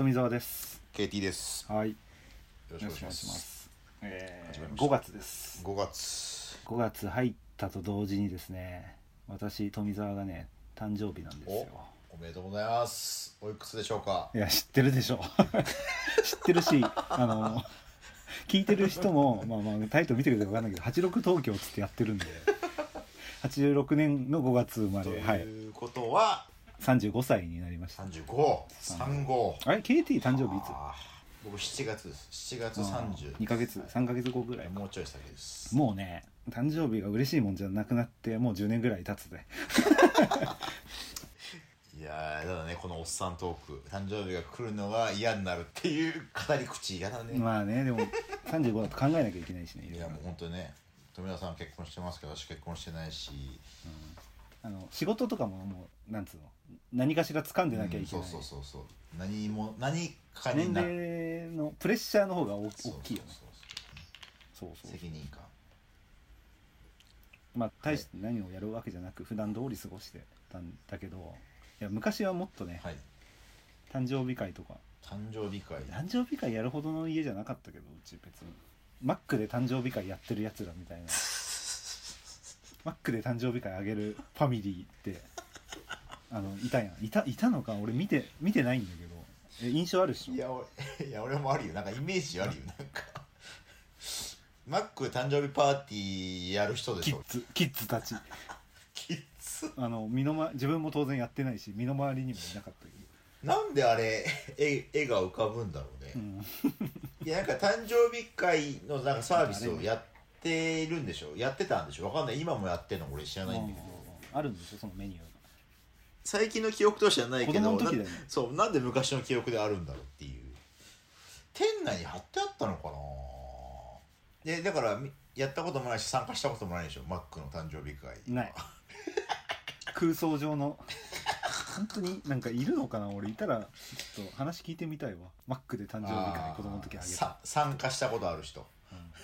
富澤です。 KT です。 はい、 よろしくお願いします。 5月です。 5 月入ったと同時にですね、私富澤がね誕生日なんですよ。 おめでとうございます。おいくつでしょうか。 いや知ってるでしょ知ってるし聞いてる人もタイトル見てくれて分かんないけど86東京っつってやってるんで86年の5月生まれ。 ということは、 35歳になりました。 35。 あれ KT 誕生日いつ？ 僕7月です。7月30。 2ヶ月3ヶ月後ぐらい。 もうちょい先です。 もうね誕生日が嬉しいもんじゃなくなってもう10年ぐらい経つでいやー、ただね、このおっさんトーク、誕生日が来るのが嫌になるっていう語り口嫌だね。 まあね、でも35だと考えなきゃいけないしね。 いやもう本当にね、富田さん結婚してますけど私結婚してないし、 仕事とかももうなんつうの、何かしら掴んでなきゃいけない、 そう何かに年齢のプレッシャーの方が大きいよね。そう責任感。 まあ大して何をやるわけじゃなく普段通り過ごしてたんだけど、いや昔はもっとね、 はい、 誕生日会とか誕生日会やるほどの家じゃなかったけど、うち別にマックで誕生日会やってるやつらみたいなマックで誕生日会あげるファミリーっていたやん。いたのか俺見てないんだけど、印象あるでしょ。 いや俺もあるよ。なんかイメージあるよ。なんかマック誕生日パーティーやる人でしょ。 キッズたちキッズ自分も当然やってないし身の回りにもいなかったけど、 なんであれ絵が浮かぶんだろうね、いやなんか誕生日会のなんかサービスをやってるんでしょ。やってたんでしょ。わかんない。今もやってんの俺知らないんだけど、 あるんでしょそのメニューが。 最近の記憶としてはないけど、 子供の時だよね。 そうなんで昔の記憶であるんだろうっていう。店内に貼ってあったのかな。でだからやったこともないし参加したこともないでしょ。マックの誕生日会ない空想上の本当になんかいるのかな。俺いたらちょっと話聞いてみたいわ。マックで誕生日会子供の時あげた参加したことある人、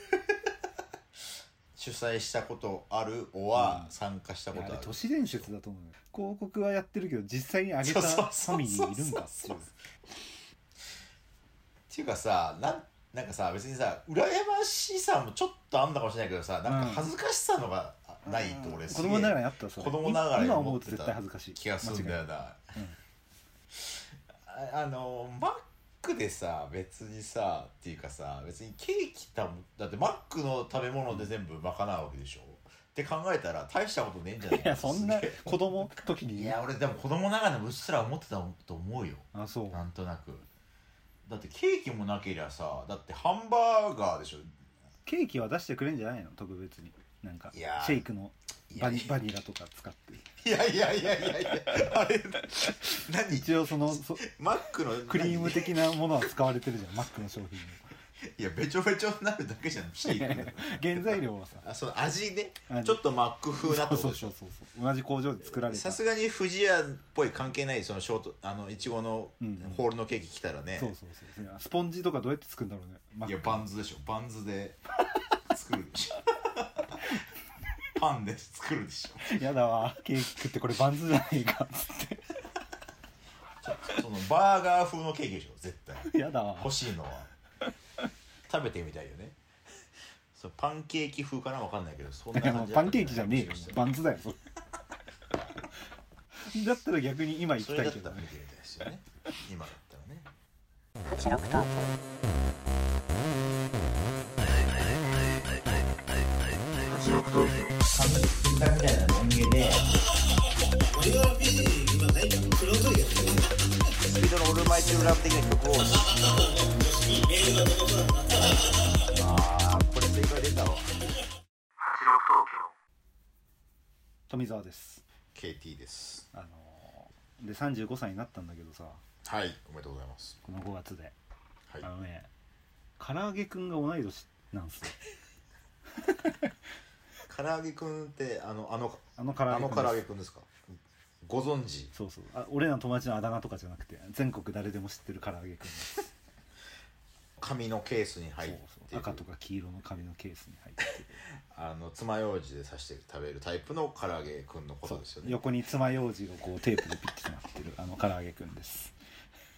主催したことあるは参加したことある。 あれ都市伝説だと思うよ。広告はやってるけど実際にあげたファミリーいるんだっていう。 っていうかさ、なんかさ別にさ羨ましさもちょっとあんだかもしれないけどさ、なんか恥ずかしさのがないと俺すげえ、 子供ながらにあった。それ子供ながらに今思うと絶対恥ずかしい気がするんだよな。マックでさ別にさっていうかさ、別にケーキだってマックの食べ物で全部賄うわけでしょって考えたら大したことねえんじゃない。 いやそんな子供の時に。 いや俺でも子供ながらにうっすら思ってたと思うよ。 あ、そう。 なんとなくだってケーキもなけりゃさ、だってハンバーガーでしょ。 ケーキは出してくれんじゃないの特別に。なんかシェイクのバニラとか使って。 いやあれ何一応マックのクリーム的なものは使われてるじゃんマックの商品に。 いやべちょべちょになるだけじゃんシェイク原材料はさ、 その味ね、ちょっとマック風なってことでしょ。 そう同じ工場で作られた。 さすがに不二家っぽい関係ないそのショートいちごのホールのケーキ来たらね、 そうスポンジとかどうやって作るんだろうね。 いやバンズでしょ。バンズで作るでしょパンで作るでしょ。 やだわケーキ食ってこれバンズじゃないかっつってそのバーガー風のケーキでしょ絶対。 やだわ欲しいのは食べてみたいよね。そうパンケーキ風かな、わかんないけどそんな感じ。 パンケーキじゃねえよバンズだよそれだったら逆に今行きたいけどね。 それだったら見てみたいですよね今だったらね。 キャラクターみたいなロン毛でスピードのオールマイティラブ的な曲をこれ正解出たわ。 富澤です。 KT です。 で35歳になったんだけどさ。 はい、おめでとうございます。 この5月で、 はい、 唐揚げくんが同い年なんすよ唐揚げくんって唐揚げくんですか。ご存知。 そう俺らの友達のあだ名とかじゃなくて全国誰でも知ってる唐揚げくんです紙のケースに入ってそう赤とか黄色の紙のケースに入って爪楊枝で刺して食べるタイプの唐揚げくんのことですよね。 横に爪楊枝をこうテープでピッてなってる唐揚げくんです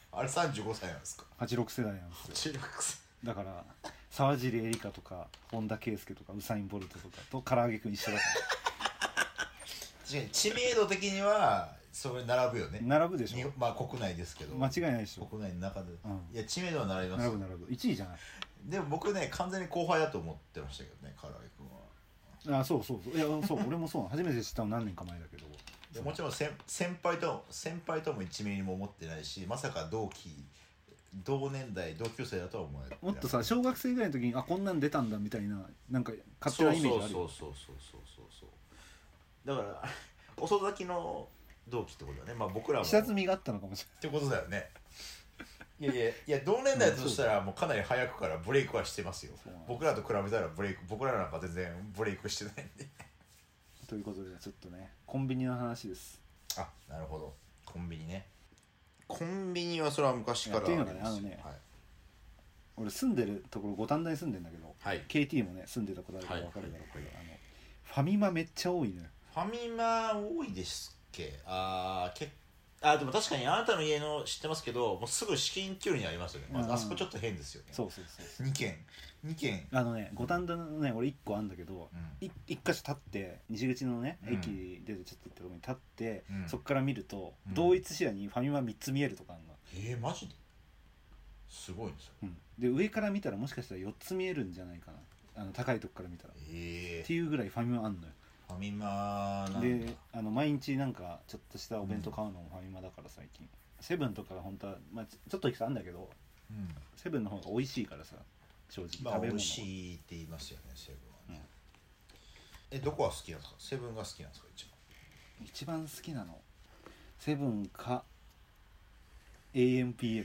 あれ35歳なんですか。 86世代なんですよ。 中学生。 だから沢尻エリカとか本田圭佑とかウサイン・ボルトとかと唐揚げくん一緒だか確かに知名度的にはそれ並ぶよね。 ら並ぶでしょ。 まあ国内ですけど。 間違いないでしょ。 国内の中で、 うんいや知名度は並びますよ。 並ぶ1位じゃない。 でも僕ね完全に後輩だと思ってましたけどね、唐揚げくんは。 あ、そうそうそう、いやそう俺もそう初めて知ったの何年か前だけど。 でもちろん先輩とも一ミリも思ってないし、まさか同年代同級生だとは思えない。 もっとさ小学生ぐらいの時にこんなん出たんだみたいななんか勝手なイメージあるよ。 そうだから遅咲きの同期ってことだね。まあ僕らも下積みがあったのかもしってことだよね。いや同年代だとしたらもうかなり早くからブレイクはしてますよ。僕らと比べたら僕らなんか全然ブレイクしてないんで。 ということでちょっとねコンビニの話です。 あ、なるほど。コンビニね。コンビニはそれは昔からありますよ。 っていうのがねはい、 俺住んでるところ五反田に住んでんだけど、 はい、 KT もね住んでたことあるから分かるだろうけど、 はいファミマめっちゃ多いのよ。 ファミマ多いですっけ。でも確かにあなたの家の知ってますけど、もうすぐ至近距離にありますよね。まずあそこちょっと変ですよね。 そう 2軒五反田のね俺1個あんだけど、一箇所立って西口のね、 うん駅出てちょっと行ったところに立って、 うんそっから見ると、 うん同一視野にファミマ3つ見えるとかあんの、 マジですごいんですよ。 で上から見たらもしかしたら4つ見えるんじゃないかな、高いとこから見たら、っていうぐらいファミマあんのよ。 ファミマなんだ。 で毎日なんかちょっとしたお弁当買うのもファミマだから最近、セブンとかが本当は、まあ、ちょっと行くとあるんだけどセブンの方が美味しいからさ正直、 まあ食べ物美味しいって言いますよね、セブンはね。どこが好きなんですか。セブンが好きなんですか。 一番好きなのセブンか AMPM。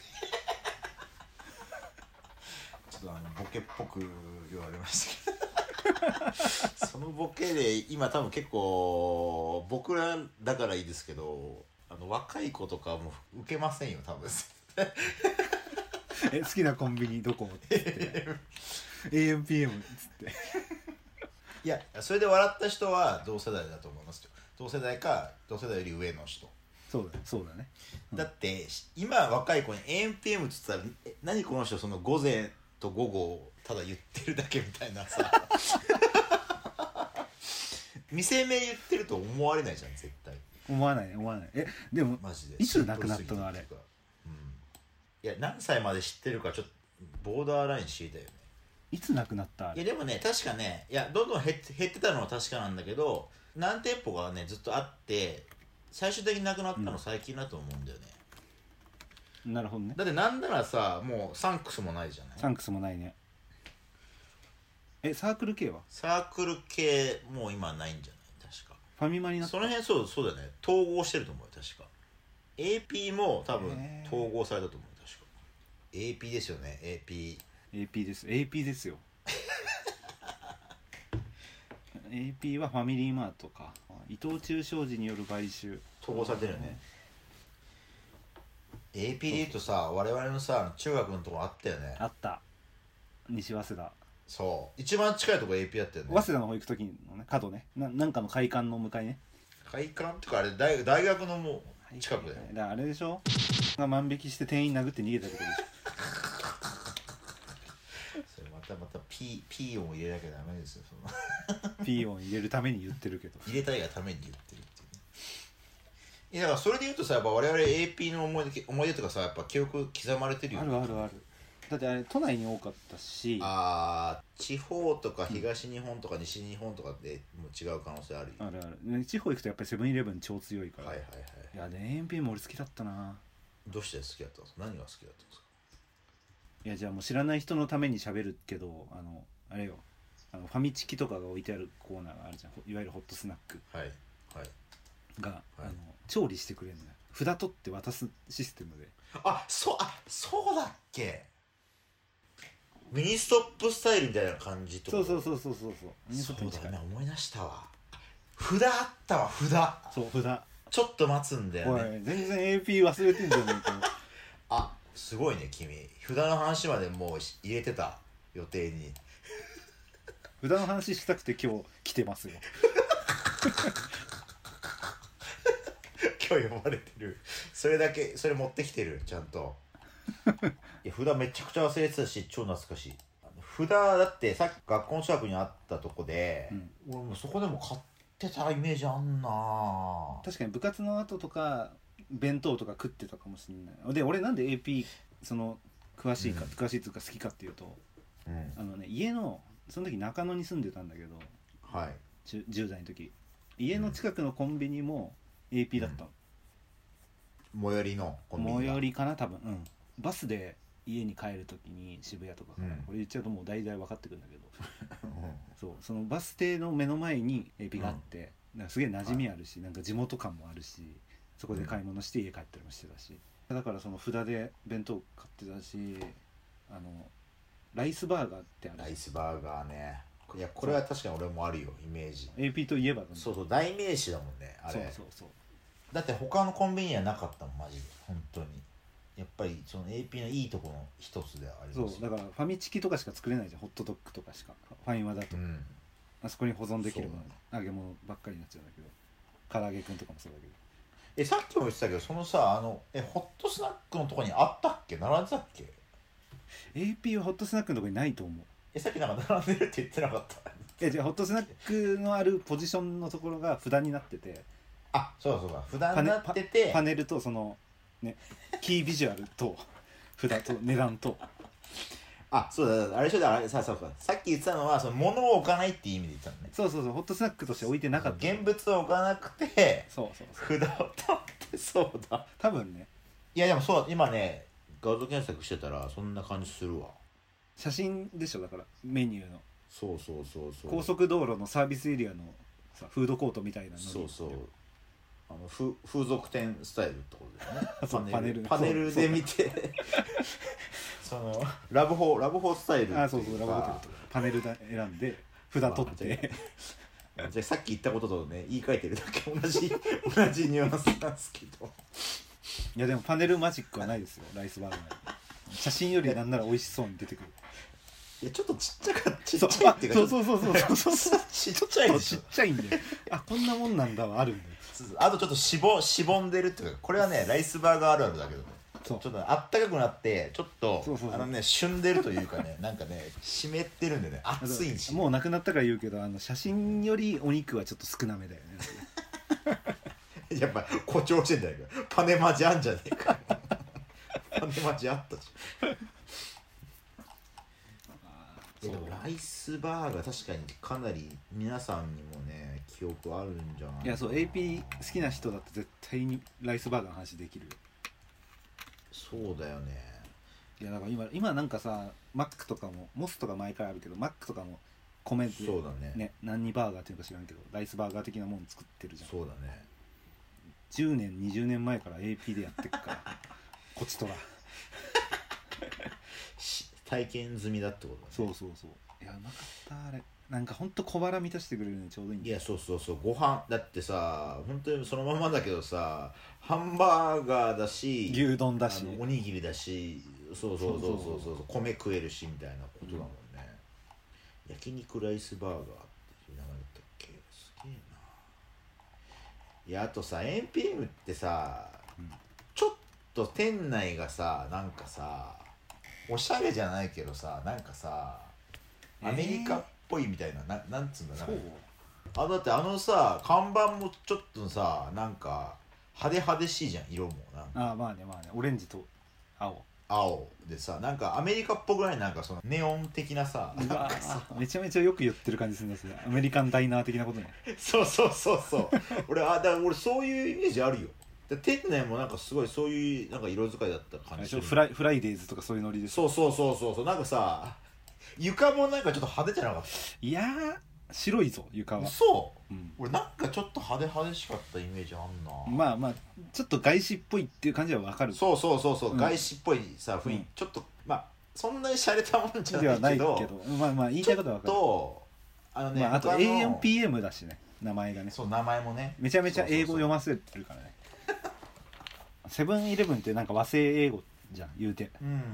ちょっとボケっぽく言われましたけどそのボケで今多分結構僕らだからいいですけど若い子とかも受けませんよ多分好きなコンビニどこっつって AMPM っつっていやそれで笑った人は同世代だと思いますよ。同世代か同世代より上の人。 そうだね、 だって今若い子に AMPM っつったら何この人その午前と午後をただ言ってるだけみたいなさ店名言ってると思われないじゃん絶対。 思わないでもマジでいつ亡くなったのあれ。 いや何歳まで知ってるかちょっとボーダーライン知りたいよね。 いつ亡くなったあれ。 いやでもね確かね、いやどんどん減ってたのは確かなんだけど何店舗がねずっとあって最終的になくなったの最近だと思うんだよね、 なるほどね。 だってなんならさもうサンクスもないじゃない。 サンクスもないね。サークル系はサークル系もう今ないんじゃない確か。 ファミマになった。 その辺そうだよね。統合してると思うよ確か。 AP も多分統合されたと思うよ確か。 AP ですよね。 AP ですよAP はファミリーマートか伊藤忠商事による買収統合されてるよね、AP で言うとさ我々のさ中学のとこあったよね。 あった西早稲田。 そう一番近いとこ AP だったよね。 早稲田の方行く時のね角ねなんかの会館の向かいね。 会館ってかあれ大学のもう近くだよ。 だからあれでしょが万引きして店員殴って逃げたとこでしょそれまたピー音を入れなきゃダメですよピー音入れるために言ってるけど入れたいがために言ってるっていうね。いやだからそれで言うとさやっぱ我々 AP の思い出とかさやっぱ記憶刻まれてるよね。 あるだってあれ都内に多かったし地方とか東日本とか西日本とかでも違う可能性あるよ。 ある地方行くとやっぱりセブンイレブン超強いから。 はいいやね AMPM 俺好きだったな。 どうして好きだったんですか。何が好きだったんですか。 いやじゃあもう知らない人のために喋るけどあれよファミチキとかが置いてあるコーナーがあるじゃんいわゆるホットスナックが、調理してくれるんだよ。札取って渡すシステムで。 そうだっけ。ミニストップスタイルみたいな感じとか。 そうミニストップに近い。思い出したわ。札あったわ札。 そう札ちょっと待つんだよね。 おい全然 AP 忘れてんじゃねえかすごいね君。札の話までもう入れてた予定に。 札の話したくて今日来てますよ今日呼ばれてるそれだけそれ持ってきてるちゃんといや札めちゃくちゃ忘れてたし超懐かしい札だってさっき学校の近くにあったとこで、俺もそこでも買ってたイメージあんな確かに部活の後とか弁当とか食ってたかもしれないで俺なんで AP その詳しい詳しいっていうか好きかっていうと、家のその時中野に住んでたんだけど、 はい、 10代の時家の近くのコンビニも AP だったの、 最寄りのコンビニ最寄りかな多分、バスで家に帰る時に渋谷とかから、これ言っちゃうともう大体分かってくるんだけどそうそのバス停の目の前に AP があって、なんかすげえ馴染みあるし、なんか地元感もあるしそこで買い物して家帰ったりもしてたし、だからその札で弁当買ってたし、ライスバーガーってある。 ライスバーガーね。いやこれは確かに俺もあるよイメージ。 AP といえばだね。 そうそう代名詞だもんねあれ。 そうだって他のコンビニにはなかったもんマジで本当に。やっぱりその AP のいいところの一つであります。 そうだからファミチキとかしか作れないじゃん、ホットドッグとかしかファミマだと、あそこに保存できるもの揚げ物ばっかりになっちゃうんだけど、唐揚げくんとかもそうだけど。 さっきも言ってたけどそのさホットスナックのとこにあったっけ、並んでたっけ。 AP はホットスナックのとこにないと思う。 さっきなんか並んでるって言ってなかった。 じゃあホットスナックのあるポジションのところが札になってて、 あ、そうだそうだ札になっててパネルとそのねキービジュアルと札と値段とあ、そうだあれでしょ、あれさっき言ってたのはその物を置かないっていう意味で言ってたのね。 そうホットスナックとして置いてなかった。 現物を置かなくてそう札を取ってそうだ多分ね。 いやでもそう今ね画像検索してたらそんな感じするわ。 写真でしょ、だからメニューの。 そう高速道路のサービスエリアのさフードコートみたいなのに。 そう風俗店スタイルってことだよねパネルで見てそのラブホスタイルっていうか、 そうラブホテルとかパネルで選んで札取ってじゃあさっき言ったこととね言い換えてるだけ同じニュアンスなんですけどいやでもパネルマジックはないですよライスバーガー。写真よりなんなら美味しそうに出てくる。 いやちょっとちっちゃいっていうかそうちっちゃいでしょ。 ちっちゃいんでこんなもんなんだはあるんだよ。 あとちょっとしぼんでるっていうか、これはねライスバーガーあるあるだけどね、ちょっとあったかくなってちょっと旬でるというかねなんかね湿ってるんでね熱いんし、 もうなくなったから言うけど写真よりお肉はちょっと少なめだよねやっぱ誇張してんだよパネマジあんじゃねえかパネマジあったしでもライスバーガー確かにかなり皆さんにもね記憶あるんじゃないかな。 いやそう AP 好きな人だって絶対にライスバーガーの話できるよ。 そうだよね。 いやだから今なんかさマックとかもモスとか前からあるけどマックとかも米でそうだね何にバーガーっていうのか知らんけどライスバーガー的なもの作ってるじゃん。 そうだね。 10年20年前から AP でやってっからこちとら体験済みだってことだね。 そういやうまかったあれ。なんかほんと小腹満たしてくれるのにちょうどいいんだよ。 いやそうご飯だってさ本当にそのままだけどさハンバーガーだし牛丼だしおにぎりだしそう米食えるしみたいなことだもんね、焼肉ライスバーガーっていう名前だったっけ。すげえないやあとさ NPM ってさ、ちょっと店内がさなんかさおしゃれじゃないけどさなんかさアメリカっぽいみたいな、なんつうんだろう。だってさ看板もちょっとさなんか派手しいじゃん色もなんかまあねオレンジと青でさなんかアメリカっぽくないなんかそのネオン的なさめちゃめちゃよく言ってる感じするんですね。アメリカンダイナー的なことね。 そう俺だから俺そういうイメージあるよ。店内もなんかすごいそういうなんか色使いだった感じ。 フライデーズとかそういうノリです。 そうなんかさ床もなんかちょっと派手じゃなかった。 いやー白いぞ床は。 俺なんかちょっと派手しかったイメージあんな。まあちょっと外資っぽいっていう感じは分かる。 そう、外資っぽいさ雰囲気、ちょっとそんなに洒落たもんじゃないけどまあ言いたいことは分かる。あと AMPM だしね名前がね。 そう名前もねめちゃめちゃ英語読ませてるからね。セブンイレブンってなんか和製英語じゃん言うて。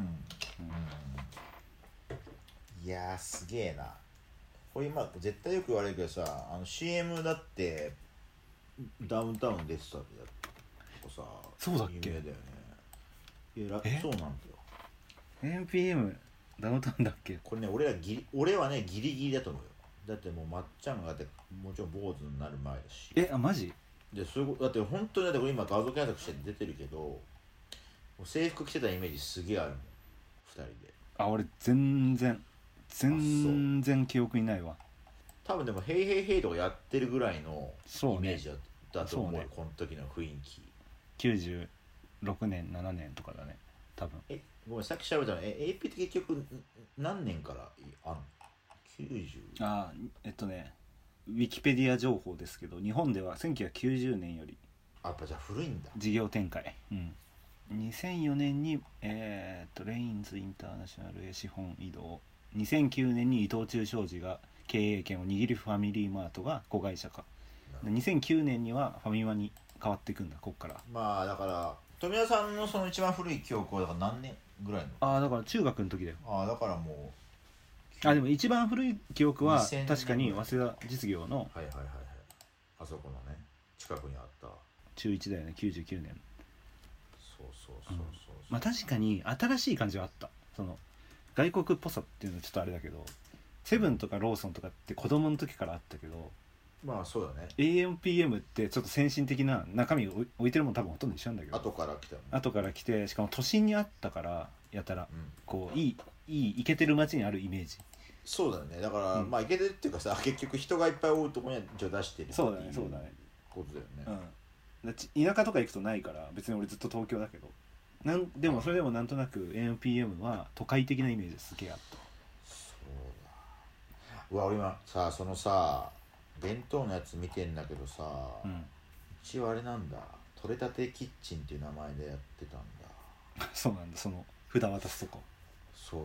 いやーすげえな。これ今絶対よく言われるけどさCM だってダウンタウン出てたんだよ。 構さそうだっけ有名だよね。そうなんだよ。 AMPM ダウンタウンだっけ。 これね俺はねギリギリだと思うよ。だってもうまっちゃんがもちろん坊主になる前だし、 マジでそういうことだって本当に。だって俺今画像検索して出てるけど、もう制服着てたイメージすげえあるもん、2人で。 俺全然記憶にないわ。 多分でも「ヘイヘイヘイ」とかやってるぐらいのイメージだと思うよ、この時の雰囲気。 96年7年とかだね多分。 ごめん、さっき調べたのAP って結局何年からあんの？ 90？ ウィキペディア情報ですけど、日本では1990年よりやっぱじゃあ古いんだ。 事業展開、2004年にレインズインターナショナルへ資本移動。2009年に伊藤忠商事が経営権を握るファミリーマートが子会社化。2009年にはファミマに変わっていくんだ、こっから。 まあだから富田さんのその一番古い記憶はだから何年ぐらいの？ だから中学の時だよ。 だからもでも一番古い記憶は 2000年確かに早稲田実業のはいあそこのね近くにあった中1だよね、99年。 そう確かに新しい感じはあった。その外国っぽさっていうのはちょっとあれだけど、セブンとかローソンとかって子供の時からあったけど、 まあそうだね。 AMPM ってちょっと先進的な中身を置いてるもん多分ほとんど一緒なんだけど、 後から来たの。 後から来て、しかも都心にあったからやたらこういいイケてる街にあるイメージ。 そうだね。だから、まあイケてるっていうかさ、結局人がいっぱいおるとこには一応出してるっていうそうだねことだよね。 田舎とか行くとないから、別に俺ずっと東京だけど、でもそれでもなんとなく AMPM は都会的なイメージすげえあった。 そうだ。俺今さ、そのさ弁当のやつ見てんだけどさ、一応あれなんだ、取れたてキッチンっていう名前でやってたんだ。 そうなんだ、その札渡すとこ。 そう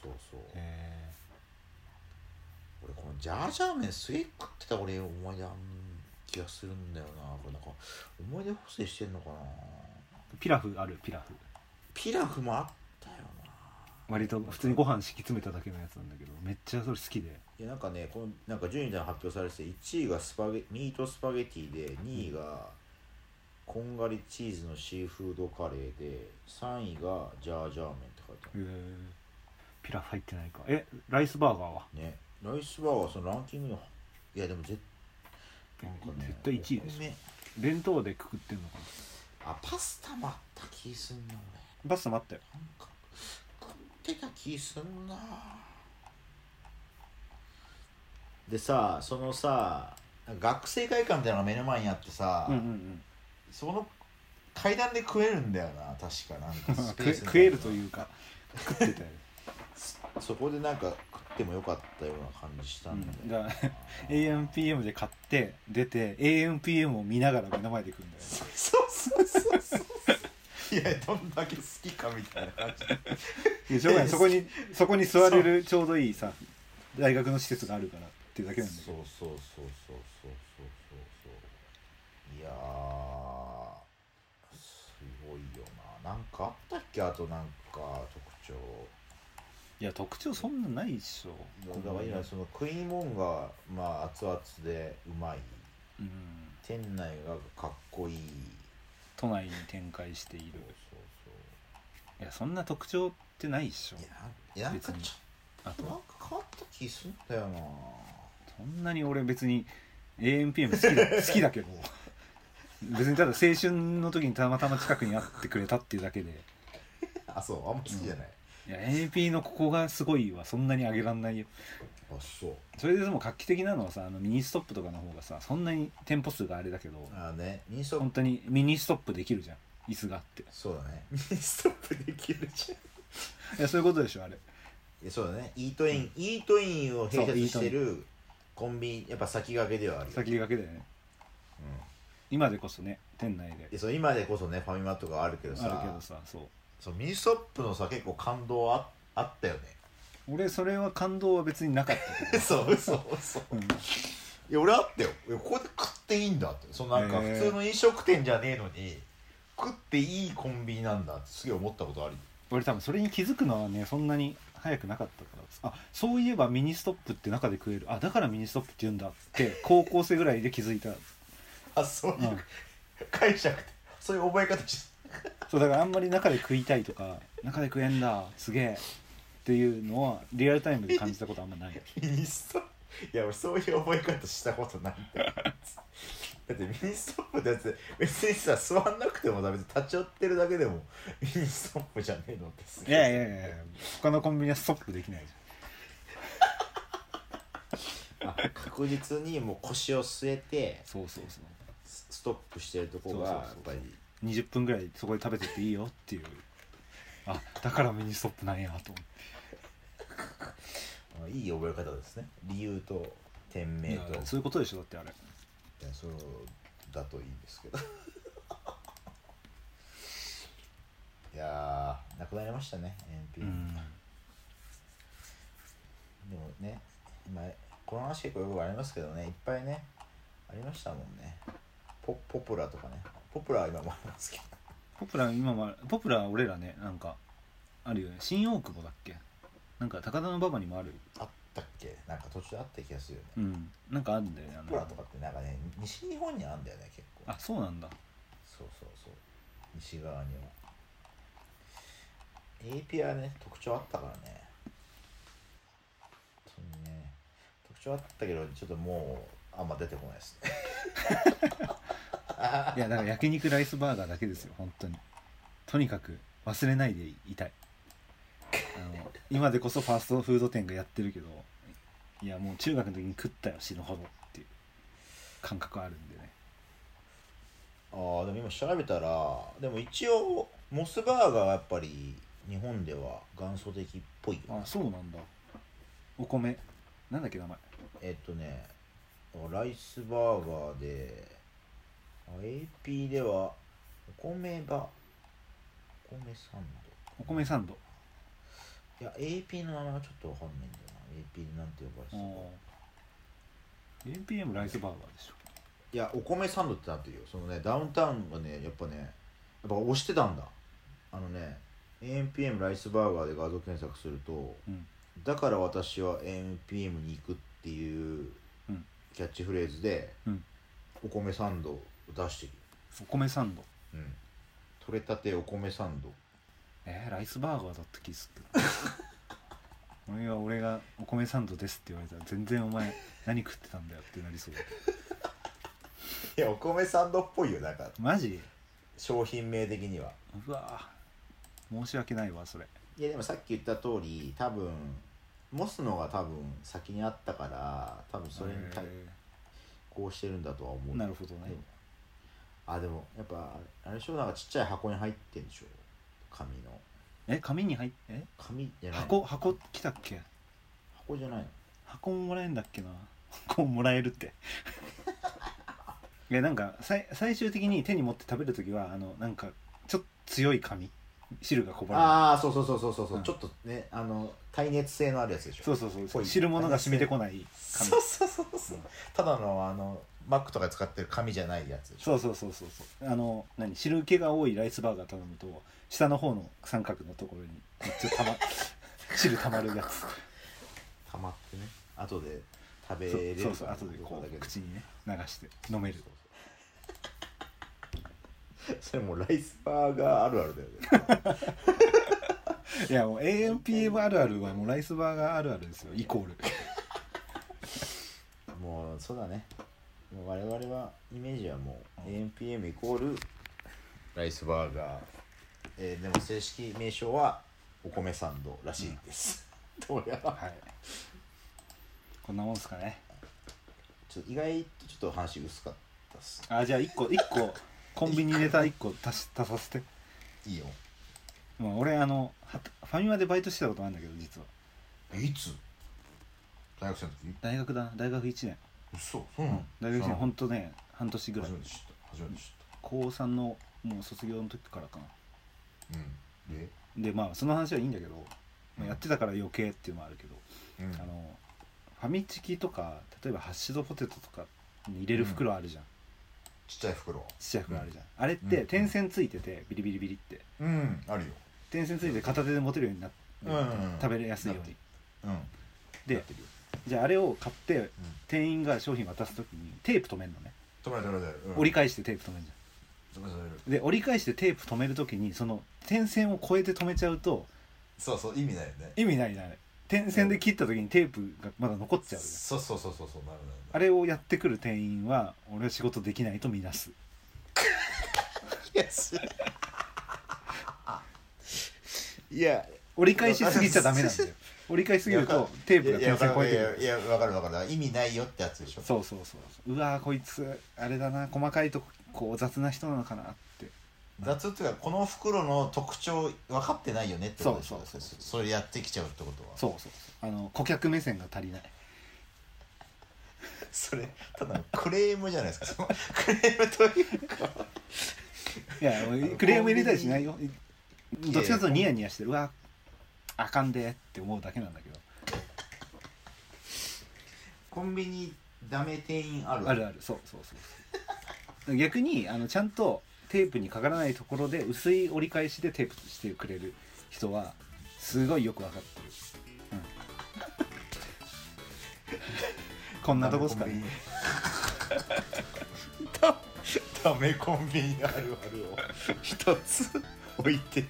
俺このジャージャー麺すげえ食ってた俺思い出あん気がするんだよな。これなんか思い出補正してんのかな。 ピラフある。 ピラフもあったよな。 割と普通にご飯敷き詰めただけのやつなんだけど、めっちゃそれ好きで。 いやなんかね、このなんか順位で発表されてて、1位がミートスパゲティで、2位がこんがりチーズのシーフードカレーで、3位がジャージャー麺って書いてある。 ピラフ入ってないか。ライスバーガーはね、ライスバーガーはそのランキングの、いやでもなんかね、 絶対1位でしょ。弁当でくくってんのかな。 パスタもあった気すんなパスタもあったよ。 なんか食ってた気すんな。でさ、そのさ学生会館みたいなのが目の前にあってさ、その階段で食えるんだよな、確か。なんかスペース食えるというか食ってたよそこでなんか食ってもよかったような感じしたんだよ、 だから AMPM で買って出て AMPM を見ながら目の前で食うんだよ。 そういやどんだけ好きかみたいな感じでしょうがない、そこに座れるちょうどいいさ大学の施設があるからっていうだけなんだけど。 そういやーすごいよな。なんかあったっけ、あとなんか特徴。 いや特徴そんなないっしょ。 だから今その食い物がまあ熱々でうまい、店内がかっこいい、 都内に展開している。いやそんな特徴ってないっしょ。 いやなんか別にあとなんか変わった気すんだよな。 そんなに俺別に AMPM 好きだけど別にただ青春の時にたまたま近くに会ってくれたっていうだけでそうあんま好きじゃない、 いや AP のここがすごいはそんなに上げらんないよ。 そうそれでも画期的なのはさ、ミニストップとかの方がさ、そんなに店舗数があれだけど、 ね、ミニストップ本当にミニストップできるじゃん、椅子があって。 そうだね、ミニストップできるじゃんいやそういうことでしょあれ。 いやそうだね、イートインを併設してるコンビニ、やっぱ先駆けではあるよ。 先駆けだよね、今でこそね店内で。 そう今でこそねファミマとかあるけどさ、そうミニストップのさ結構感動あったよね。 俺それは感動は別になかったけどそう、いや俺あったよ、ここで食っていいんだって。そのなんか普通の飲食店じゃねえのに食っていいコンビニなんだってすげえ思ったことある。 俺多分それに気づくのはねそんなに早くなかったから、そういえばミニストップって中で食える、だからミニストップって言うんだって高校生ぐらいで気づいた。 そういう、解釈そういう覚え方しそうだからあんまり中で食いたいとか中で食えんだすげえっていうのはリアルタイムで感じたことあんまないミニストップ、いや俺そういう覚え方したことないんだよだってミニストップってやつ別にさ座んなくても別に立ち寄ってるだけでもミニストップじゃねえのってすいやいやいや他のコンビニはストップできないじ確実にもう腰を据えてゃんそうそうそうストップしてるとこがやっぱり 20分ぐらいそこで食べてっていいよっていうあだからミニストップなんやと思っていい覚え方ですね。理由と店名とそういうことでしょだってあれいやそうだといいんですけどいやーなくなりましたね NPM、でもね今この話結構よくありますけどねいっぱいねありましたもんね。ポプラとかねポプラは今もありますけどポプラ今もポプラ俺らねなんかあるよね新大久保だっけなんか高田馬場にもあるあったっけなんか途中であった気がするよね、 なんかあるんだよねポプラとかってなんかね西日本にあるんだよね結構。 あそうなんだそう西側には AP はね特徴あったからね本当にね特徴あったけどちょっともうあんま出てこないですねいやだから焼肉ライスバーガーだけですよ本当にとにかく忘れないでいたい今でこそファーストフード店がやってるけどいやもう中学の時に食ったよ死ぬほどっていう感覚あるんでね。 でも今調べたらでも一応モスバーガーはやっぱり日本では元祖的っぽいよ、ね、 あそうなんだ。お米なんだっけ名前ライスバーガーでAP ではお米サンお米サンドいや AP の名前がちょっとわかんないんだよな AP でなんて呼ばれてた APM ライスバーガーでしょ。 いやお米サンドってなってるよ。そのねダウンタウンがねやっぱ押してたんだ。AMPM ライスバーガーで画像検索すると、だから私は AMPM に行くっていうキャッチフレーズで、お米サンドを出してる。 お米サンド取れたてお米サンドライスバーガーだった気するけど俺がお米サンドですって言われたら全然お前何食ってたんだよってなりそうだいやお米サンドっぽいよなんかマジ商品名的には。 うわ申し訳ないわそれ。 いやでもさっき言った通り多分モスのが多分先にあったから多分それにこうしてるんだとは思う。 なるほどね。 でもやっぱあれでしょなんかちっちゃい箱に入ってんでしょ紙の。 紙に入って紙じゃない箱来たっけ。 箱じゃないの。 箱ももらえるんだっけな。箱もらえるっていやなんか最終的に手に持って食べるときはなんかちょっと強い紙汁がこぼれる。 そう、ちょっとね耐熱性のあるやつでしょ。 そう汁物が染みてこない紙。 そう、ただのマックとかで使ってる紙じゃないやつでしょ。 そう汁気が多いライスバーガー頼むと下の方の三角のところにめっちゃ汁たまるやつたまってね後で食べれる。 そう後でこう口にね流して飲める。 それもうライスバーガーあるあるだよねいやもう AMPM あるあるはもうライスバーガーあるあるですよイコールもうそうだね。もう我々はイメージはもう AMPM イコールライスバーガー、でも正式名称はお米サンドらしいです、どうやら。 こんなもんですかね。 意外とちょっと話薄かったっす。 じゃあ1個コンビニネタ1個足させていいよ。 俺ファミマでバイトしてたことあるんだけど実は。 いつ大学生の時。 大学1年。 そうなの。 大学1年ほんとね半年ぐらい。 初めて知った高3のもう卒業の時からかな。 でまあその話はいいんだけど、やってたから余計っていうのもあるけど、ファミチキとか例えばハッシュドポテトとかに入れる袋あるじゃん、 ちっちゃい袋あるじゃん、あれって点線ついててビリビリビリってあるよ。 点線ついて片手で持てるようになって、食べれやすいように。でじゃああれを買って、店員が商品渡す時にテープ止めるのね。 止める、 折り返してテープ止めるじで折り返してテープ止めるときにその点線を越えて止めちゃうとそうそう意味ないよね。 意味ないじゃない。点線で切った時にテープがまだ残っちゃう。 そうなるなる。 あれをやってくる店員は俺は仕事できないとみなす。 いや折り返しすぎちゃダメなんだよ。折り返しすぎるとテープが点線越えてくる。 いや分かる意味ないよってやつでしょ。 そううわーこいつあれだな細かいとこ雑な人なのかなって。 雑っていうかこの袋の特徴分かってないよねってことでしょ。 そうそれやってきちゃうってことは。 そう顧客目線が足りない。 それただのクレームじゃないですか。そのクレームというかいやクレーム入れたりしないよ。どっちかというとニヤニヤしてる、うわあかんでって思うだけなんだけど。 コンビニダメ店員あるそう逆にちゃんとテープにかからないところで薄い折り返しでテープしてくれる人はすごいよく分かってる、こんなとこっすかね。 ダメコンビニあるあるを一つ置いて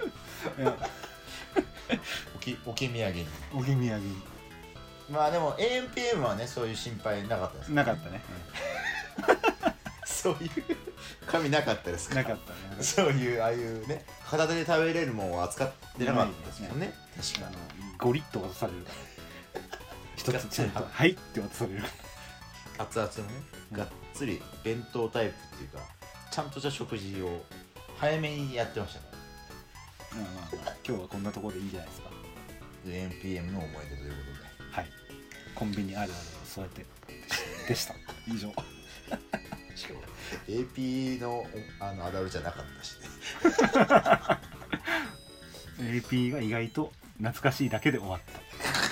おき土産に。まあでも AMPM はねそういう心配なかったです、 なかったね、 そういう紙なかったですか。 なかったね。 そういうああいうね片手で食べれるものを扱ってなかったですもんね。確かにゴリッと渡されるから一つちゃんとはいって渡される。 熱々のねがっつり弁当タイプっていうかちゃんとした食事を早めにやってましたね。 今日はこんなところでいいんじゃないですか。 AMPM の思い出ということで、 はい、コンビニあるあるをそうやってでした以上。 しかも AP のあるあるじゃなかったしね。 AP が意外と懐かしいだけで終わった。